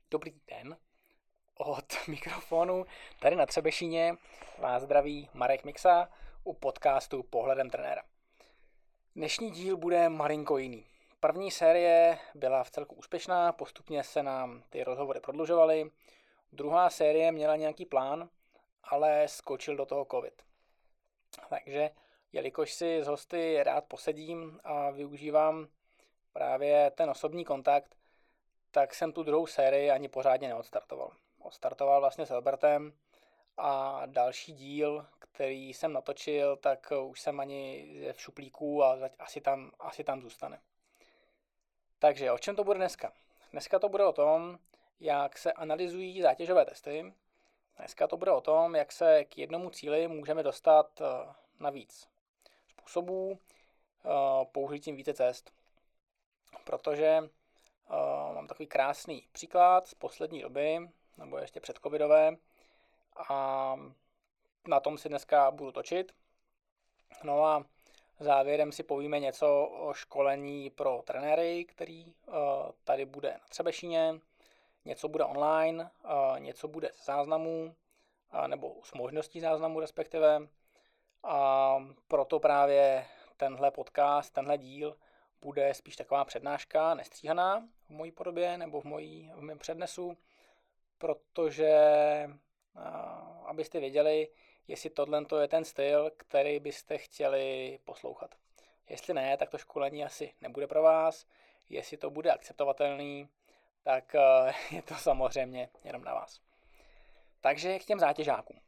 Dobrý den, od mikrofonu tady na Třebešíně vás zdraví Marek Miksa u podcastu Pohledem trenéra. Dnešní díl bude malinko jiný. První série byla vcelku úspěšná, postupně se nám ty rozhovory prodlužovaly. Druhá série měla nějaký plán, ale skočil do toho covid. Takže, jelikož si s hosty rád posedím a využívám právě ten osobní kontakt, tak jsem tu druhou sérii ani pořádně neodstartoval. Odstartoval vlastně s Albertem a další díl, který jsem natočil, tak už jsem ani v šuplíku a asi tam zůstane. Takže o čem to bude dneska? Dneska to bude o tom, jak se analyzují zátěžové testy. Dneska to bude o tom, jak se k jednomu cíli můžeme dostat na víc způsobů použitím více cest. Protože mám takový krásný příklad z poslední doby, nebo ještě předcovidové, a na tom si dneska budu točit. No a závěrem si povíme něco o školení pro trenéry, který tady bude na Třebešíně, něco bude online, něco bude z záznamů, nebo s možností záznamu respektive. A proto právě tenhle podcast, tenhle díl bude spíš taková přednáška, nestříhaná v mojí podobě nebo v mém přednesu, protože abyste věděli, jestli tohle je ten styl, který byste chtěli poslouchat. Jestli ne, tak to školení asi nebude pro vás. Jestli to bude akceptovatelný, tak je to samozřejmě jenom na vás. Takže k těm zátěžákům.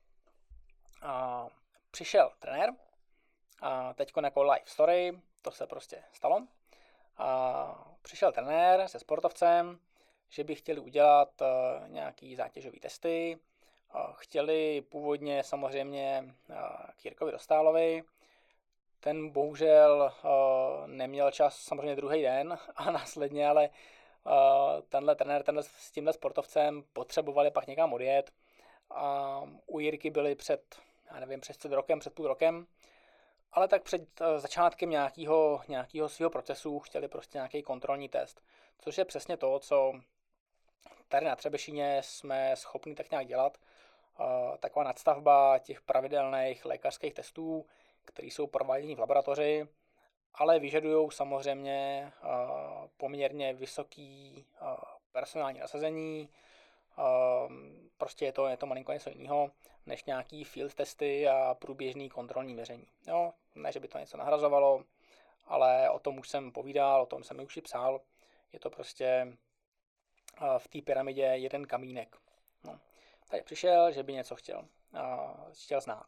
Přišel trenér, teďko jako live story, to se prostě stalo. Přišel trenér se sportovcem, že by chtěli udělat nějaký zátěžový testy. Chtěli původně samozřejmě k Jirkovi Dostálovi. Ten bohužel neměl čas samozřejmě druhý den a následně, ale tenhle trenér s tímhle sportovcem potřebovali pak někam odjet. A u Jirky byli před půl rokem, ale tak před začátkem nějakého svého procesu chtěli prostě nějaký kontrolní test, což je přesně to, co tady na Třebešíně jsme schopni tak nějak dělat. Taková nadstavba těch pravidelných lékařských testů, které jsou prováděny v laboratoři, ale vyžadují samozřejmě poměrně vysoký personální nasazení. Prostě je to malinko něco jiného než nějaký field testy a průběžný kontrolní měření. Jo, ne, že by to něco nahrazovalo, ale o tom už jsem povídal, o tom jsem už i psal. Je to prostě v té pyramidě jeden kamínek. No. Tady přišel, že by něco chtěl znát.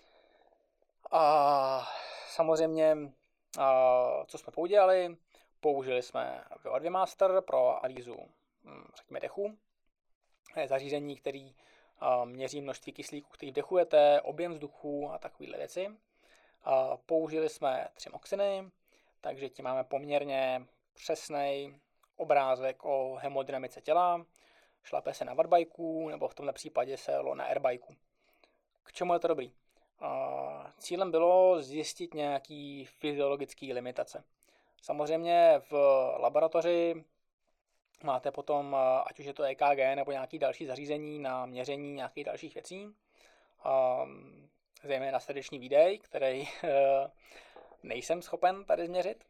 A samozřejmě, co jsme poudělali, použili jsme VO2 Master pro analýzu, řekněme, dechu. Je zařízení, který měří množství kyslíku, který vdechujete, objem vzduchu a takovéhle věci. Použili jsme thymoxiny, takže tím máme poměrně přesný obrázek o hemodynamice těla. Šlape se na wattbajku, nebo v tomto případě se jelo na airbajku. K čemu je to dobrý? Cílem bylo zjistit nějaký fyziologický limitace. Samozřejmě v laboratoři máte potom, ať už je to EKG nebo nějaký další zařízení na měření nějakých dalších věcí, zejména srdeční výdej, který nejsem schopen tady změřit,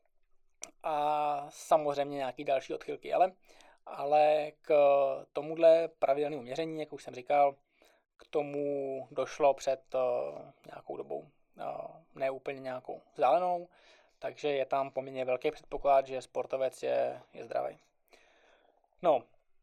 a samozřejmě nějaký další odchylky, ale k tomuhle pravidelnému měření, jak už jsem říkal, k tomu došlo před nějakou dobou, ne úplně nějakou vzdálenou, takže je tam poměrně velký předpoklad, že sportovec je zdravý. No,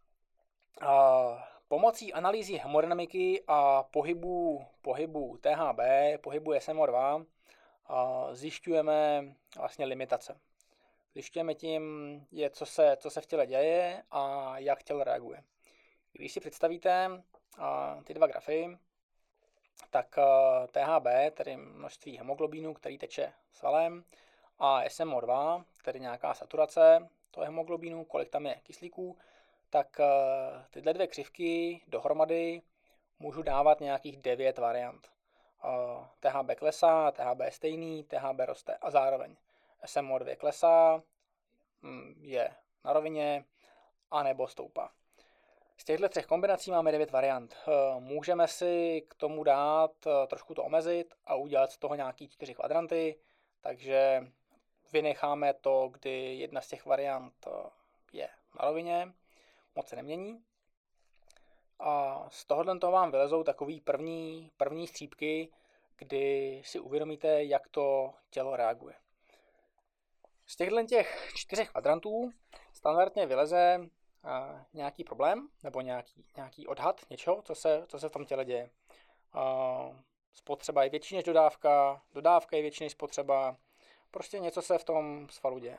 pomocí analýzy hemodynamiky a pohybu THB, pohybu SMO2, zjišťujeme vlastně limitace. Zjišťujeme tím, co se v těle děje a jak tělo reaguje. Když si představíte ty dva grafy, tak THB, tedy množství hemoglobínu, který teče svalem, a SMO2, tedy nějaká saturace toho hemoglobínu, kolik tam je kyslíků, tak tyhle dvě křivky dohromady můžu dávat nějakých 9 variant. THB klesá, THB je stejný, THB roste a zároveň SMO2 klesá, je na rovině, anebo stoupá. Z těchto 3 kombinací máme 9 variant. Můžeme si k tomu dát, trošku to omezit a udělat z toho nějaký 4 kvadranty, takže vynecháme to, kdy jedna z těch variant je na rovině, moc se nemění. A z tohohle toho vám vylezou takový první střípky, kdy si uvědomíte, jak to tělo reaguje. Z těch 4 kvadrantů standardně vyleze nějaký problém nebo nějaký odhad něčeho, co se v tom těle děje. Spotřeba je větší než dodávka je větší než spotřeba, prostě něco se v tom svalu děje.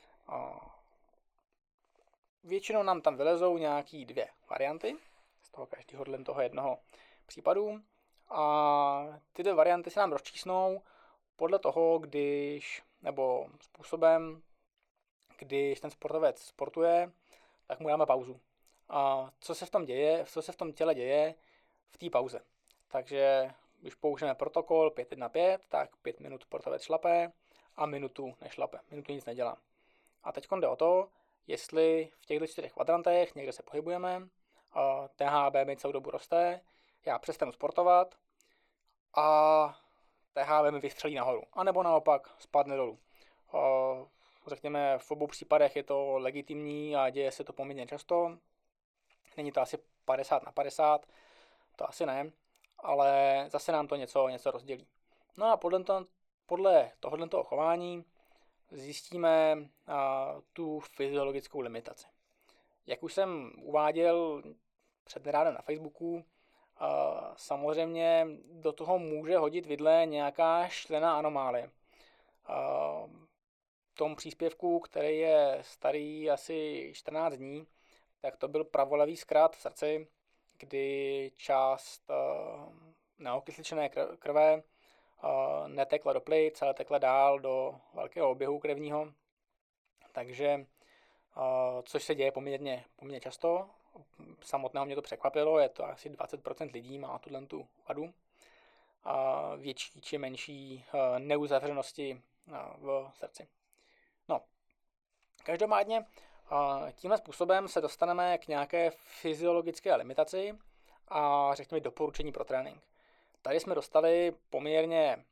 Většinou nám tam vylezou nějaký 2 varianty, z toho každého toho jednoho případu, a ty 2 varianty se nám rozčísnou podle toho, nebo způsobem, když ten sportovec sportuje, tak mu dáme pauzu. A co se v tom těle děje v té pauze. Takže když použijeme protokol 5-1-5, tak 5 minut sportovec šlape a minutu nešlape. Minutu nic nedělá. A teď jde o to, jestli v těchto 4 kvadrantech někde se pohybujeme, THB mi celou dobu roste, já přestanu sportovat a THB mi vystřelí nahoru. A nebo naopak spadne dolů. Řekněme, v obou případech je to legitimní a děje se to poměrně často. Není to asi 50/50, to asi ne, ale zase nám to něco rozdělí. No a podle tohoto chování zjistíme tu fyziologickou limitaci. Jak už jsem uváděl přednedávnem na Facebooku, samozřejmě do toho může hodit vidle nějaká šílená anomálie. V tom příspěvku, který je starý asi 14 dní, tak to byl pravolevý zkrat v srdci, kdy část neokysličené krve netekla do plic, ale tekla dál do velkého oběhu krevního. Takže, což se děje poměrně často, samotného mě to překvapilo, je to asi 20% lidí má tu vadu. Větší či menší neuzavřenosti v srdci. No, každopádně tímhle způsobem se dostaneme k nějaké fyziologické limitaci a řekněme doporučení pro trénink. Tady jsme dostali poměrně,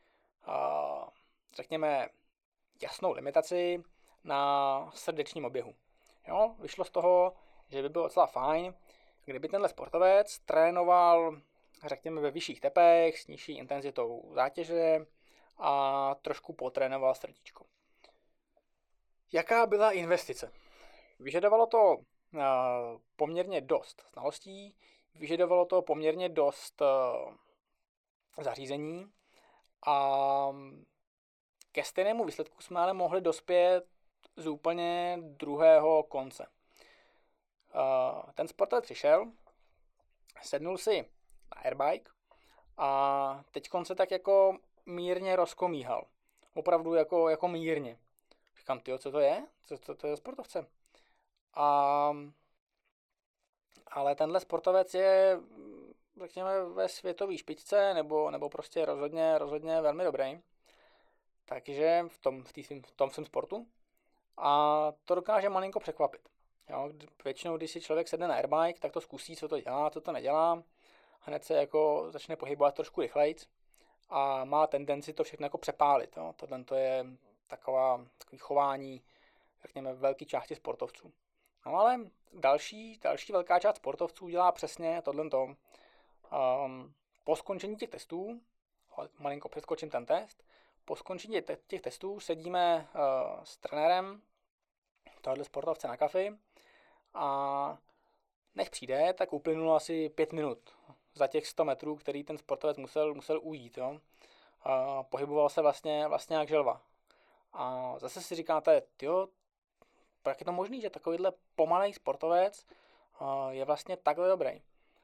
řekněme, jasnou limitaci na srdečním oběhu. Jo, vyšlo z toho, že by bylo docela fajn, kdyby tenhle sportovec trénoval, řekněme, ve vyšších tepech, s nižší intenzitou zátěže a trošku potrénoval srdíčko. Jaká byla investice? Vyžadovalo to poměrně dost znalostí, vyžadovalo to poměrně dost zařízení a ke stejnému výsledku jsme ale mohli dospět z úplně druhého konce. Ten sportovec přišel, sednul si na airbike a teď se tak jako mírně rozkomíhal. Opravdu jako mírně. Říkám, tyjo, co to je? Co to je za sportovce? Ale tenhle sportovec je, řekněme, ve světové špičce, nebo prostě rozhodně velmi dobrý. Takže v tom svém sportu. A to dokáže malinko překvapit. Jo, většinou, když si člověk sedne na airbike, tak to zkusí, co to dělá, co to nedělá. Hned se jako začne pohybovat trošku rychlejc a má tendenci to všechno jako přepálit. Jo. Tohle to je takový chování, řekněme, velké části sportovců. No ale další velká část sportovců dělá přesně tohleto. Po skončení těch testů, malinko přeskočím ten test, po skončení těch testů sedíme s trenérem tohle sportovce na kafi a než přijde, tak uplynulo asi 5 minut za těch 100 metrů, který ten sportovec musel ujít. Jo. Pohyboval se vlastně jak želva. A zase si říkáte, tyjo, jak je to možný, že takovýhle pomalej sportovec je vlastně takhle dobrý.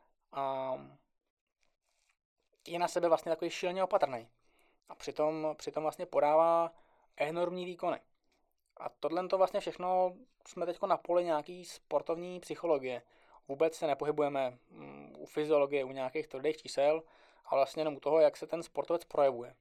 Je na sebe vlastně takový šíleně opatrný. A přitom vlastně podává enormní výkony. A tohle to vlastně všechno jsme teď na poli nějaký sportovní psychologie. Vůbec se nepohybujeme u fyziologie, u nějakých tvrdých čísel, ale vlastně jenom u toho, jak se ten sportovec projevuje.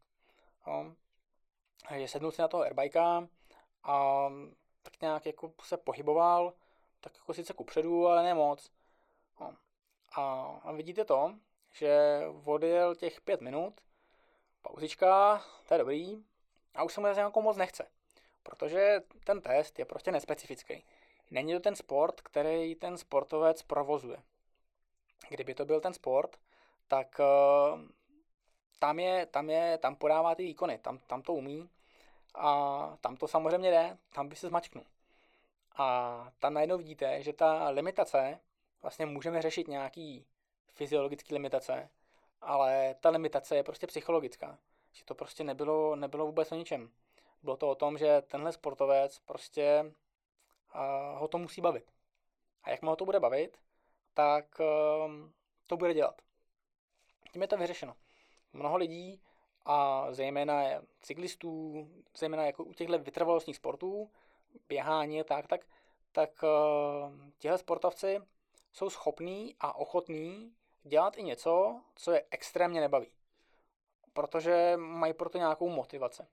Je sednul si na toho airbikea a tak nějak jako se pohyboval, tak jako sice kupředu, ale ne moc. No. A vidíte to, že odjel těch 5 minut, pauzička, to je dobrý, a už se mu zase jako moc nechce. Protože ten test je prostě nespecifický. Není to ten sport, který ten sportovec provozuje. Kdyby to byl ten sport, tak tam podává ty výkony, tam to umí a tam to samozřejmě jde, tam by se zmačknul. A tam najednou vidíte, že ta limitace, vlastně můžeme řešit nějaký fyziologické limitace, ale ta limitace je prostě psychologická. Že to prostě nebylo vůbec o ničem. Bylo to o tom, že tenhle sportovec prostě ho to musí bavit. A jak ho to bude bavit, tak to bude dělat. Tím je to vyřešeno. Mnoho lidí, a zejména cyklistů, zejména jako u těchto vytrvalostních sportů, běhání a tak tihle sportovci jsou schopní a ochotní dělat i něco, co je extrémně nebaví. Protože mají proto nějakou motivaci.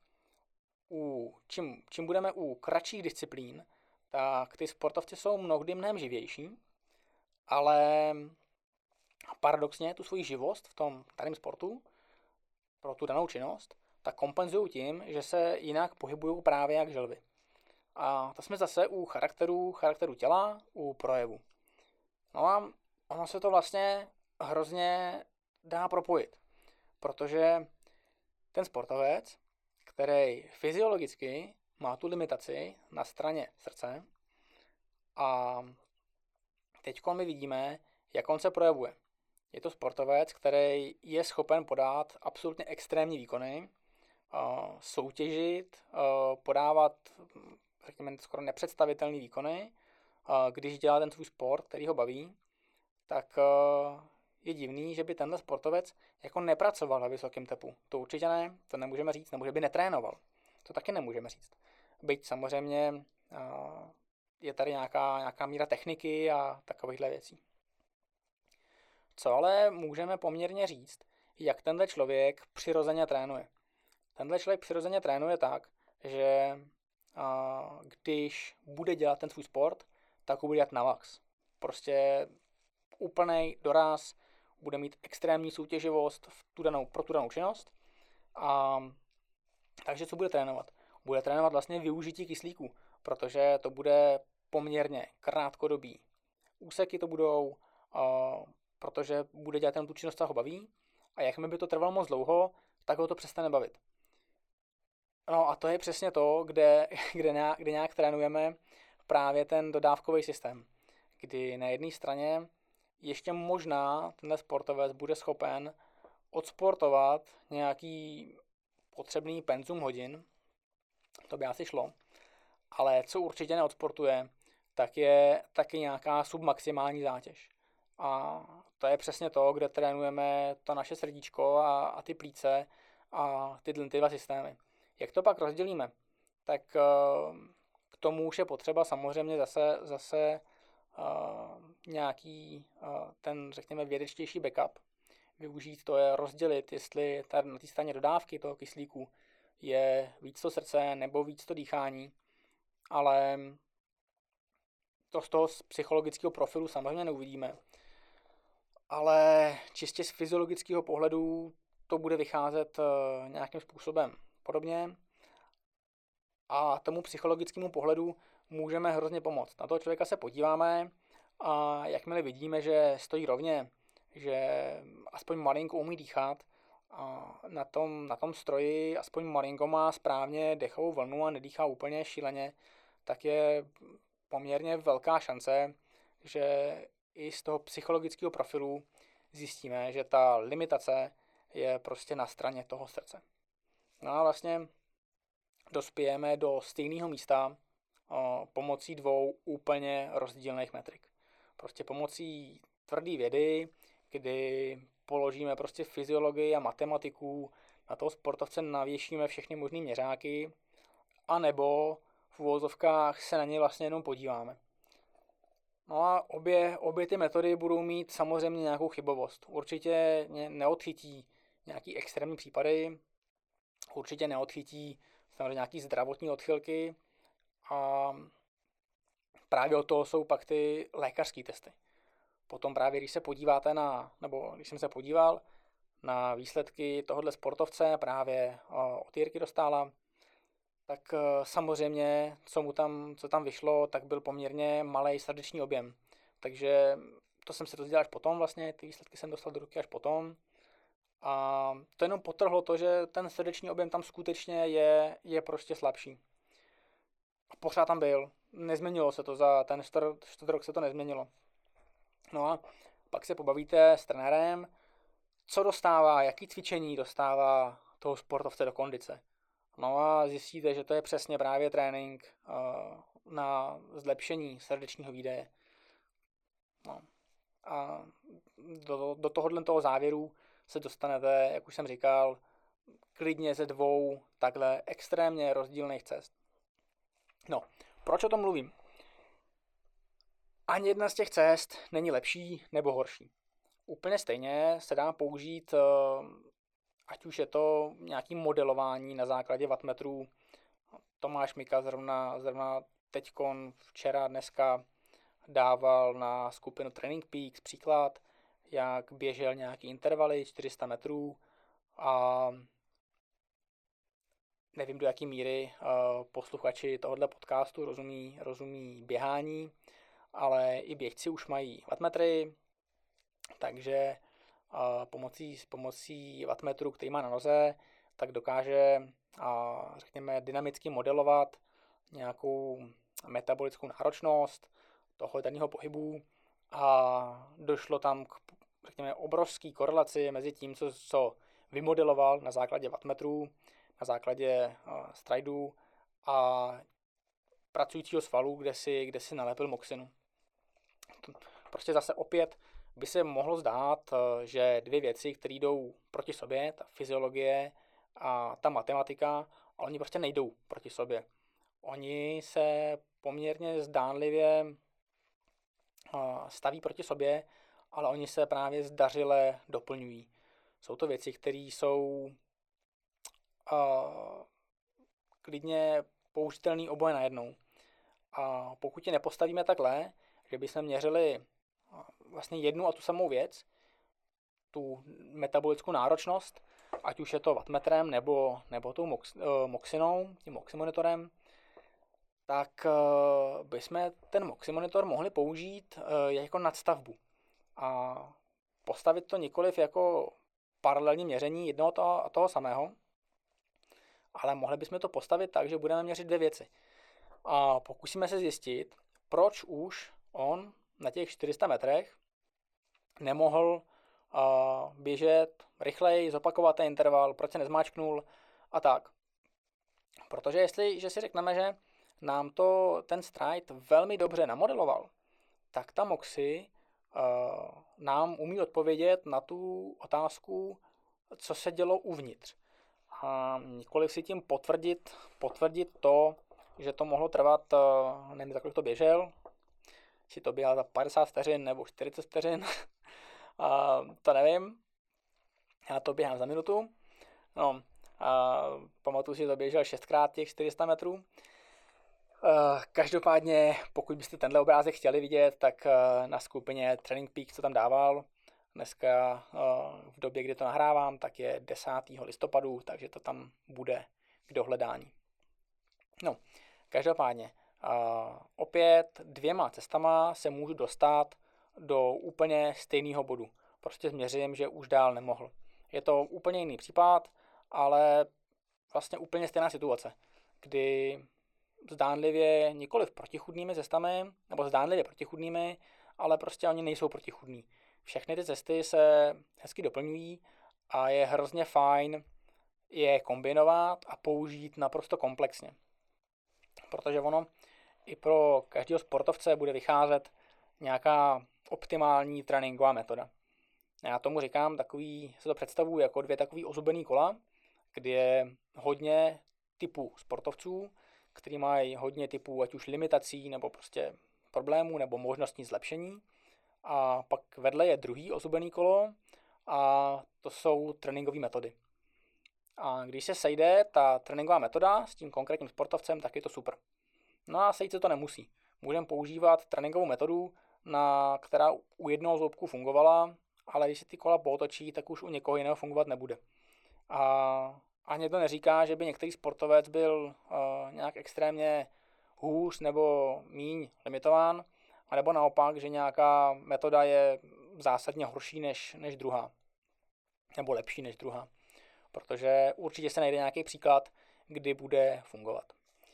Čím budeme u kratších disciplín, tak ty sportovci jsou mnohdy mnohem živější, ale paradoxně tu svoji živost v tom daném sportu pro tu danou činnost, tak kompenzují tím, že se jinak pohybují právě jak želvy. A to jsme zase u charakteru těla, u projevu. No a ono se to vlastně hrozně dá propojit, protože ten sportovec, který fyziologicky má tu limitaci na straně srdce a teď my vidíme, jak on se projevuje. Je to sportovec, který je schopen podat absolutně extrémní výkony, soutěžit, podávat, řekněme, skoro nepředstavitelné výkony. Když dělá ten svůj sport, který ho baví, tak je divný, že by tenhle sportovec jako nepracoval na vysokém tepu. To určitě ne, to nemůžeme říct, nebo že by netrénoval. To taky nemůžeme říct. Byť samozřejmě je tady nějaká míra techniky a takovýchhle věcí. Co ale můžeme poměrně říct, jak tenhle člověk přirozeně trénuje. Tenhle člověk přirozeně trénuje tak, že když bude dělat ten svůj sport, tak ho bude dělat na max. Prostě úplnej doraz, bude mít extrémní soutěživost pro tu danou činnost. Takže co bude trénovat? Bude trénovat vlastně využití kyslíku, protože to bude poměrně krátkodobý úseky to budou, protože bude dělat jenom tu činnost, co ho baví, a jakmile by to trvalo moc dlouho, tak ho to přestane bavit. No a to je přesně to, kde nějak trénujeme právě ten dodávkový systém, kdy na jedné straně ještě možná tenhle sportovec bude schopen odsportovat nějaký potřebný penzum hodin, to by asi šlo, ale co určitě neodsportuje, tak je taky nějaká submaximální zátěž. A to je přesně to, kde trénujeme to naše srdíčko a ty plíce a ty dva systémy. Jak to pak rozdělíme? Tak k tomu už je potřeba samozřejmě zase nějaký ten, řekněme, vědečtější backup. Využít to je rozdělit, jestli tady na té straně dodávky toho kyslíku je víc to srdce nebo víc to dýchání, ale to z toho psychologického profilu samozřejmě neuvidíme. Ale čistě z fyziologického pohledu to bude vycházet nějakým způsobem podobně a tomu psychologickému pohledu můžeme hrozně pomoct. Na toho člověka se podíváme a jakmile vidíme, že stojí rovně, že aspoň malinko umí dýchat, a na tom stroji aspoň malinko má správně dechovou vlnu a nedýchá úplně šíleně, tak je poměrně velká šance, že i z toho psychologického profilu zjistíme, že ta limitace je prostě na straně toho srdce. No a vlastně dospějeme do stejného místa pomocí dvou úplně rozdílných metrik. Prostě pomocí tvrdé vědy, kdy položíme prostě fyziologii a matematiku, na toho sportovce navěšíme všechny možné měřáky, anebo v uvozovkách se na ně vlastně jenom podíváme. No a obě ty metody budou mít samozřejmě nějakou chybovost. Určitě neodchytí nějaký extrémní případy, určitě neodchytí samozřejmě nějaký zdravotní odchylky a právě od toho jsou pak ty lékařské testy. Potom právě, když se podíváte nebo když jsem se podíval na výsledky tohohle sportovce, právě od Jirky Dostála, tak samozřejmě, co tam vyšlo, tak byl poměrně malej srdeční objem. Takže to jsem se dozvěděl až potom vlastně, ty výsledky jsem dostal do ruky až potom. A to jenom podtrhlo to, že ten srdeční objem tam skutečně je prostě slabší. A pořád tam byl. Nezměnilo se to, za ten čtvrt rok se to nezměnilo. No a pak se pobavíte s trenérem, co dostává, jaký cvičení dostává toho sportovce do kondice. No a zjistíte, že to je přesně právě trénink na zlepšení srdečního výdeje. No. A do toho závěru se dostanete, jak už jsem říkal, klidně ze 2 takhle extrémně rozdílných cest. No, proč o tom mluvím? Ani jedna z těch cest není lepší nebo horší. Úplně stejně se dá použít, ať už je to nějaké modelování na základě wattmetrů. Tomáš Mika zrovna teďkon, včera, dneska dával na skupinu Training Peaks příklad, jak běžel nějaký intervaly 400 metrů a nevím, do jaké míry posluchači tohoto podcastu rozumí běhání, ale i běžci už mají wattmetry, takže pomocí wattmetru, který má na noze, tak dokáže, řekněme, dynamicky modelovat nějakou metabolickou náročnost toho daného pohybu a došlo tam k, řekněme, obrovské korelaci mezi tím, co vymodeloval na základě wattmetrů, na základě stridů a pracujícího svalu, kde si nalepil moxinu. Prostě zase opět by se mohlo zdát, že 2 věci, které jdou proti sobě, ta fyziologie a ta matematika, ale oni prostě nejdou proti sobě. Oni se poměrně zdánlivě staví proti sobě, ale oni se právě zdařile doplňují. Jsou to věci, které jsou klidně použitelné oboje najednou. A pokud je nepostavíme takhle, že bychom měřili vlastně jednu a tu samou věc, tu metabolickou náročnost, ať už je to wattmetrem nebo tou moxinou, tím moximonitorem, tak bychom ten moximonitor mohli použít jako nadstavbu. A postavit to nikoliv jako paralelní měření jednoho a toho samého, ale mohli bychom to postavit tak, že budeme měřit 2 věci. A pokusíme se zjistit, proč už on na těch 400 metrech nemohl běžet rychleji, zopakovat ten interval, proč se nezmáčknul a tak. Protože jestliže si řekneme, že nám to ten stride velmi dobře namodeloval, tak ta moxy nám umí odpovědět na tu otázku, co se dělo uvnitř. A nikoliv si tím potvrdit to, že to mohlo trvat, nevím, za kolik to běžel, si to běhal za 50 vteřin nebo 40 vteřin, to nevím, já to běhám za minutu, no, pamatuju si, to běžel 6x těch 400 metrů. Každopádně, pokud byste tenhle obrázek chtěli vidět, tak na skupině Training Peaks, co tam dával, dneska v době, kdy to nahrávám, tak je 10. listopadu, takže to tam bude k dohledání. No, každopádně, opět 2 cestama se můžu dostat do úplně stejného bodu. Prostě změřím, že už dál nemohl. Je to úplně jiný případ, ale vlastně úplně stejná situace, kdy zdánlivě nikoliv protichůdnými cestami, nebo zdánlivě protichůdnými, ale prostě oni nejsou protichůdní. Všechny ty cesty se hezky doplňují a je hrozně fajn je kombinovat a použít naprosto komplexně. Protože ono i pro každého sportovce bude vycházet nějaká optimální tréninková metoda. Já tomu říkám se to představuji jako 2 takový ozubený kola, kdy je hodně typů sportovců, který mají hodně typů ať už limitací nebo prostě problémů nebo možností zlepšení. A pak vedle je druhý ozubený kolo a to jsou tréninkové metody. A když se sejde ta tréninková metoda s tím konkrétním sportovcem, tak je to super. No a sejít se to nemusí. Můžeme používat tréninkovou metodu která u jednoho z loupků fungovala, ale když se ty kola pootočí, tak už u někoho jiného fungovat nebude. A ani to neříká, že by některý sportovec byl nějak extrémně hůř nebo míň limitován, anebo naopak, že nějaká metoda je zásadně horší než druhá, nebo lepší než druhá. Protože určitě se najde nějaký příklad, kdy bude fungovat.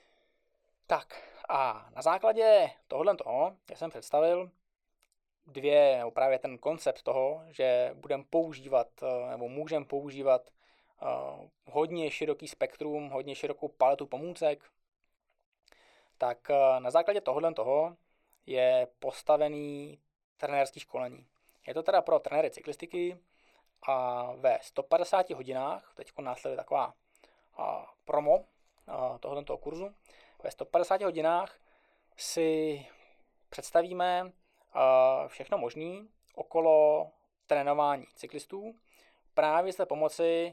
Tak a na základě tohoto, já jsem představil právě ten koncept toho, že budeme používat, nebo můžeme používat hodně široký spektrum, hodně širokou paletu pomůcek, tak na základě toho je postavený trenérský školení. Je to teda pro trenéry cyklistiky a ve 150 hodinách, teď následuje taková promo tohoto kurzu, ve 150 hodinách si představíme všechno možné okolo trénování cyklistů právě za pomoci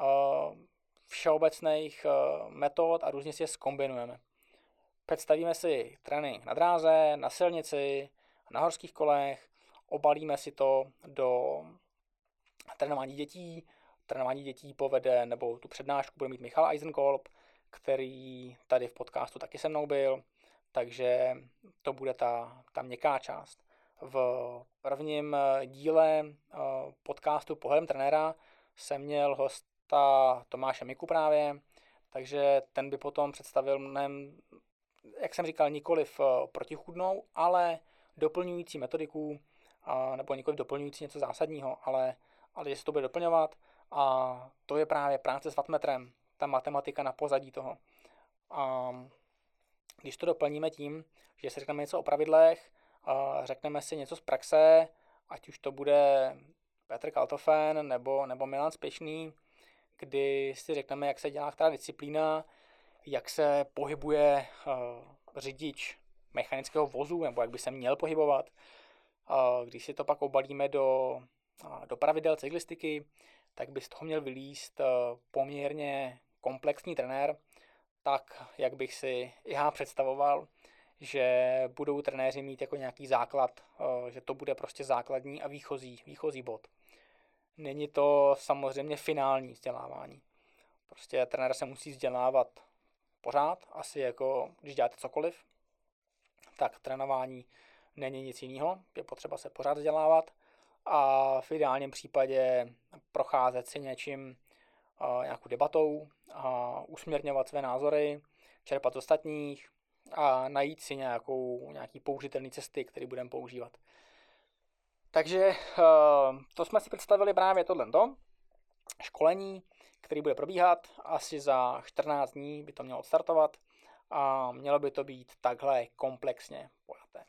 všeobecných metod a různě si je zkombinujeme. Představíme si trénink na dráze, na silnici, na horských kolech, obalíme si to do trénování dětí. Trénování dětí povede, nebo tu přednášku bude mít Michal Eisenkolb, který tady v podcastu taky se mnou byl, takže to bude ta měkká část. V prvním díle podcastu Pohledem trenéra jsem měl hosta Tomáše Miku právě, takže ten by potom představil mnohem, jak jsem říkal, nikoliv protichůdnou, ale doplňující metodiku, nebo nikoliv doplňující něco zásadního, ale že se to bude doplňovat, a to je právě práce s wattmetrem, ta matematika na pozadí toho. A když to doplníme tím, že si řekneme něco o pravidlech, řekneme si něco z praxe, ať už to bude Petr Kaltofen nebo Milan Spěšný, kdy si řekneme, jak se dělá která disciplína, jak se pohybuje řidič mechanického vozu, nebo jak by se měl pohybovat. Když si to pak obalíme do pravidel cyklistiky, tak by z toho měl vylízt poměrně komplexní trenér, tak jak bych si já představoval, že budou trenéři mít jako nějaký základ, že to bude prostě základní a výchozí bod. Není to samozřejmě finální vzdělávání. Prostě trenér se musí vzdělávat pořád, asi jako když děláte cokoliv, tak trénování není nic jiného, je potřeba se pořád vzdělávat a v ideálním případě procházet si něčím, nějakou debatou, a usměrňovat své názory, čerpat z ostatních a najít si nějaký použitelný cesty, které budeme používat. Takže to jsme si představili právě tohleto školení, který bude probíhat asi za 14 dní, by to mělo odstartovat a mělo by to být takhle komplexně pojaté.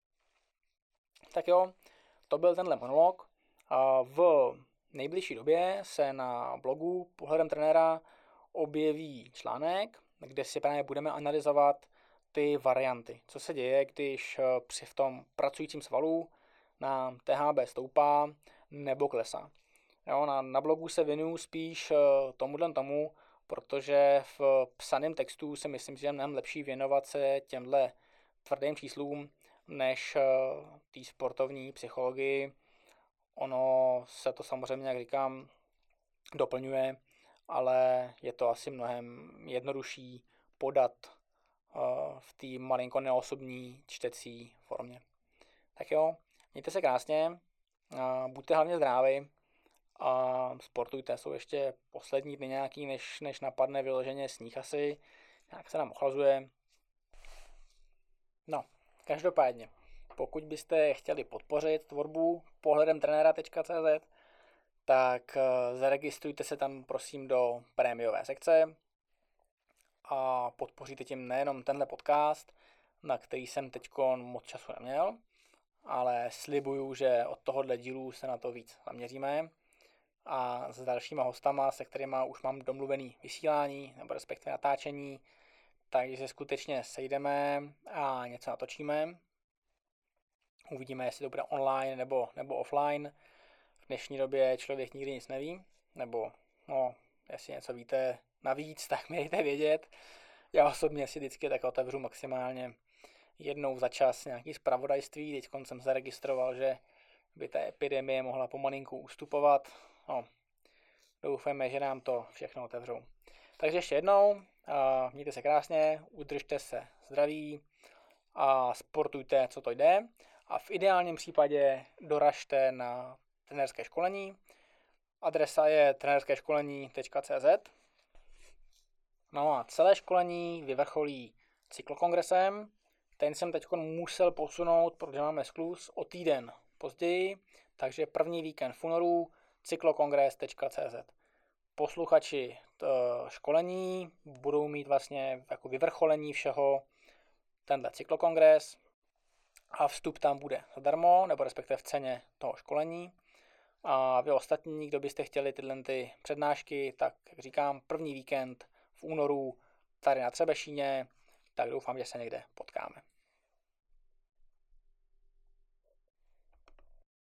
Tak jo, to byl tenhle monolog. V nejbližší době se na blogu Pohledem trenéra objeví článek, kde si právě budeme analyzovat ty varianty. Co se děje, když v tom pracujícím svalu nám THB stoupá nebo klesá. Jo, na blogu se věnuju spíš tomu, protože v psaném textu si myslím, že je mnohem lepší věnovat se těmhle tvrdým číslům než té sportovní psychologii. Ono se to samozřejmě, jak říkám, doplňuje, ale je to asi mnohem jednodušší podat v té malinko neosobní čtecí formě. Tak jo, mějte se krásně, buďte hlavně zdraví a sportujte. Jsou ještě poslední dny nějaký, než napadne vyloženě sníh asi, nějak se nám ochlazuje. No, každopádně, pokud byste chtěli podpořit tvorbu pohledemtrenera.cz, tak zaregistrujte se tam prosím do prémiové sekce a podpoříte tím nejenom tenhle podcast, na který jsem teďko moc času neměl, ale slibuju, že od tohohle dílu se na to víc zaměříme a s dalšíma hostama, se kterými už mám domluvený vysílání nebo respektive natáčení, takže se skutečně sejdeme a něco natočíme. Uvidíme, jestli to bude online nebo offline. V dnešní době člověk nikdy nic neví, nebo jestli něco víte navíc, tak mi dejte vědět. Já osobně si vždycky tak otevřu maximálně jednou za čas nějaký zpravodajství. Teď jsem zaregistroval, že by ta epidemie mohla pomalinku ustupovat. No, doufáme, že nám to všechno otevřou. Takže ještě jednou, mějte se krásně, udržte se zdraví a sportujte, co to jde. A v ideálním případě doražte na trenérské školení. Adresa je trenerskeškolení.cz. No a celé školení vyvrcholí cyklokongresem. Ten jsem teď musel posunout, protože máme skluz o týden později, takže první víkend v únoru cyklokongres.cz. Posluchači školení budou mít vlastně jako vyvrcholení všeho tenhle cyklokongres a vstup tam bude zadarmo, nebo respektive v ceně toho školení. A vy ostatní, kdo byste chtěli tyhle přednášky, tak jak říkám, první víkend v únoru tady na Třebešíně, tak doufám, že se někde potkáme.